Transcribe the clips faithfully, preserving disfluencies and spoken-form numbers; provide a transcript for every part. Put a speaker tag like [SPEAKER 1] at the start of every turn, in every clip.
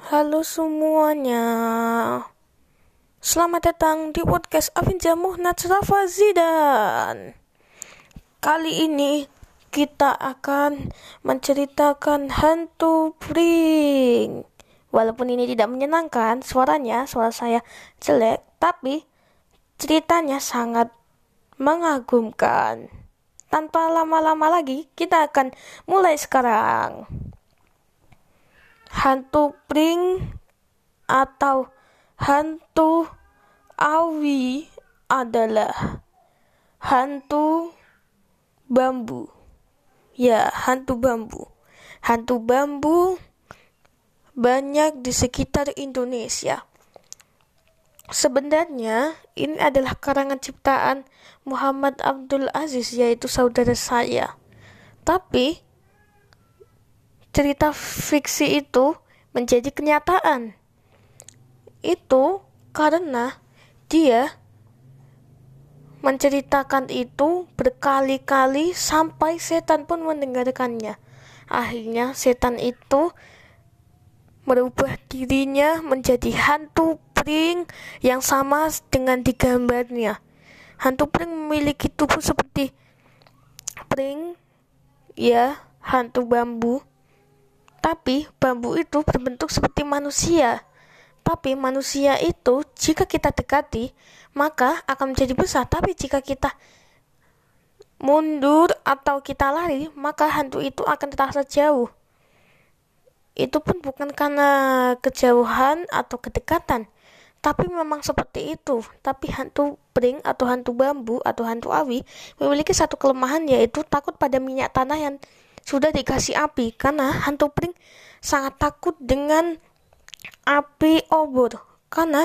[SPEAKER 1] Halo semuanya, selamat datang di podcast Afinja Muhnat Rafazidan. Kali ini kita akan menceritakan hantu pring. Walaupun ini tidak menyenangkan, suaranya, suara saya jelek, tapi ceritanya sangat mengagumkan. Tanpa lama-lama lagi, kita akan mulai sekarang. Hantu pring atau hantu awi adalah hantu bambu. Ya, hantu bambu. Hantu bambu banyak di sekitar Indonesia. Sebenarnya ini adalah karangan ciptaan Muhammad Abdul Aziz, yaitu saudara saya. Tapi cerita fiksi itu menjadi kenyataan. Itu karena dia menceritakan itu berkali-kali sampai setan pun mendengarkannya. Akhirnya setan itu merubah dirinya menjadi hantu pring yang sama dengan di gambarnya. Hantu pring memiliki tubuh seperti pring, ya, hantu bambu. Tapi bambu itu berbentuk seperti manusia. Tapi manusia itu jika kita dekati maka akan menjadi besar. Tapi jika kita mundur atau kita lari maka hantu itu akan terasa jauh. Itu pun bukan karena kejauhan atau kedekatan, tapi memang seperti itu. Tapi hantu pring atau hantu bambu atau hantu awi memiliki satu kelemahan, yaitu takut pada minyak tanah yang sudah dikasih api. Karena hantu pring sangat takut dengan api obor. Karena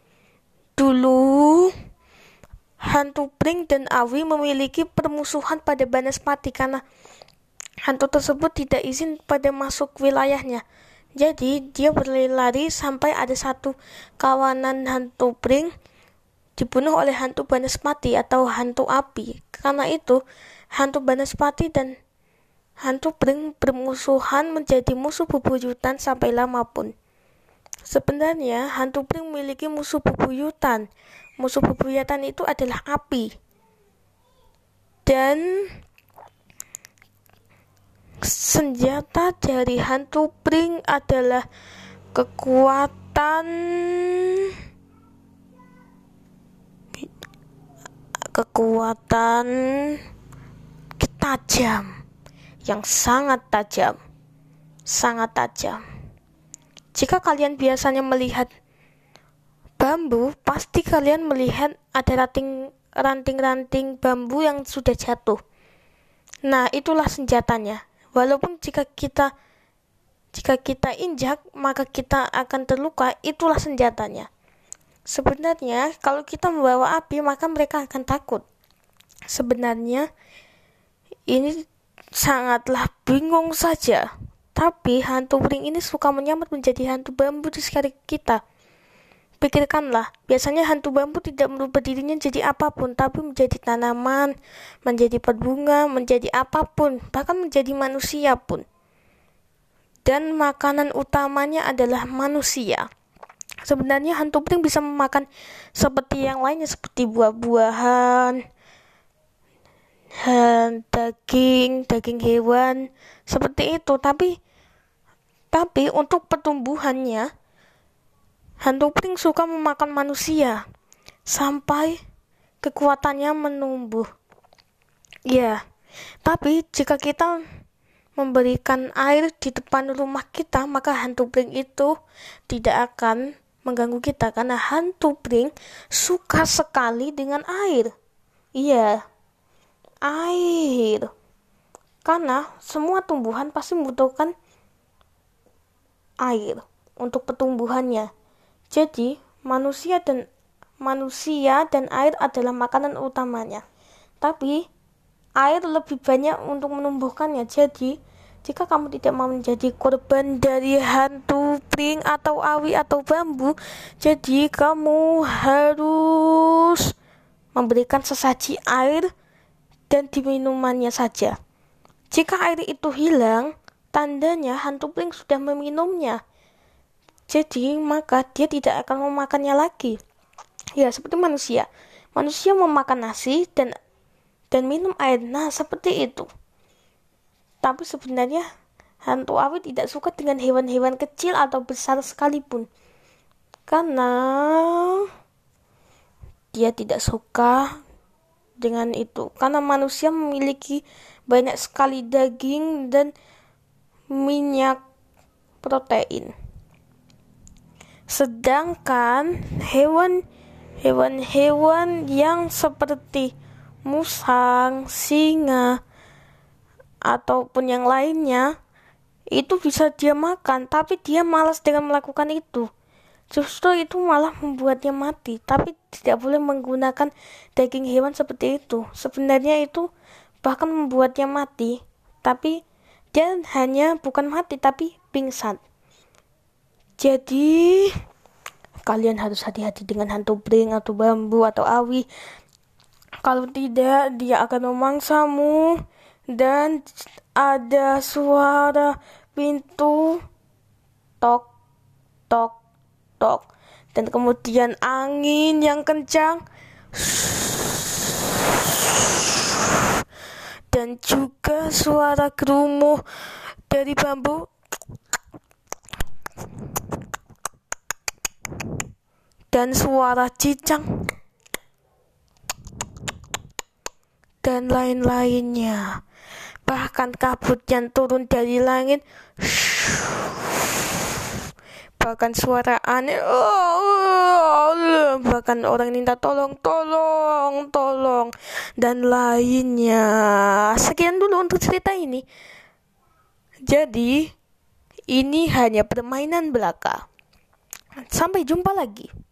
[SPEAKER 1] dulu hantu pring dan awi memiliki permusuhan pada Banaspati karena hantu tersebut tidak izin pada masuk wilayahnya. Jadi dia berlari-lari sampai ada satu kawanan hantu pring dibunuh oleh hantu Banaspati atau hantu api. Karena itu hantu Banaspati dan hantu pring bermusuhan menjadi musuh bebuyutan sampai lama pun. Sebenarnya hantu pring memiliki musuh bebuyutan. Musuh bebuyutan itu adalah api. Dan senjata dari hantu pring adalah kekuatan kekuatan tajam. Yang sangat tajam, sangat tajam. Jika kalian biasanya melihat bambu, pasti kalian melihat ada ranting, ranting-ranting bambu yang sudah jatuh. Nah, itulah senjatanya. Walaupun jika kita jika kita injak, maka kita akan terluka, itulah senjatanya. Sebenarnya, kalau kita membawa api, maka mereka akan takut. Sebenarnya, ini sangatlah bingung saja. Tapi hantu pring ini suka menyamar menjadi hantu bambu di sekitar kita. Pikirkanlah, biasanya hantu bambu tidak merubah dirinya jadi apapun, tapi menjadi tanaman, menjadi berbunga, menjadi apapun, bahkan menjadi manusia pun. Dan makanan utamanya adalah manusia. Sebenarnya hantu pring bisa memakan seperti yang lainnya, seperti buah-buahan, daging, daging hewan, seperti itu. Tapi tapi untuk pertumbuhannya, hantu pring suka memakan manusia sampai kekuatannya menumbuh. Ya, tapi jika kita memberikan air di depan rumah kita, maka hantu pring itu tidak akan mengganggu kita karena hantu pring suka sekali dengan air. Iya, air. Karena semua tumbuhan pasti membutuhkan air untuk pertumbuhannya. Jadi, manusia dan manusia dan air adalah makanan utamanya. Tapi air lebih banyak untuk menumbuhkannya. Jadi, jika kamu tidak mau menjadi korban dari hantu pring atau awi atau bambu, jadi kamu harus memberikan sesaji air dan diminumannya saja. Jika air itu hilang, tandanya hantu pring sudah meminumnya. Jadi maka dia tidak akan memakannya lagi. Ya, seperti manusia. Manusia memakan nasi dan dan minum air. Nah, seperti itu. Tapi sebenarnya hantu awi tidak suka dengan hewan-hewan kecil atau besar sekalipun. Karena dia tidak suka dengan itu. Karena manusia memiliki banyak sekali daging dan minyak protein. Sedangkan hewan hewan-hewan yang seperti musang, singa, ataupun yang lainnya, itu bisa dia makan, tapi dia malas dengan melakukan itu. Justru itu malah membuatnya mati, tapi tidak boleh menggunakan daging hewan seperti itu. Sebenarnya itu bahkan membuatnya mati, tapi dia hanya bukan mati, tapi pingsan. Jadi kalian harus hati-hati dengan hantu bring atau bambu atau awi. Kalau tidak, dia akan memangsamu dan ada suara pintu tok tok tok dan kemudian angin yang kencang dan juga suara gerumuh dari bambu dan suara cicang dan lain-lainnya. Bahkan kabut yang turun dari langit, bahkan suara aneh, bahkan orang minta tolong, tolong, tolong, dan lainnya. Sekian dulu untuk cerita ini. Jadi, ini hanya permainan belaka. Sampai jumpa lagi.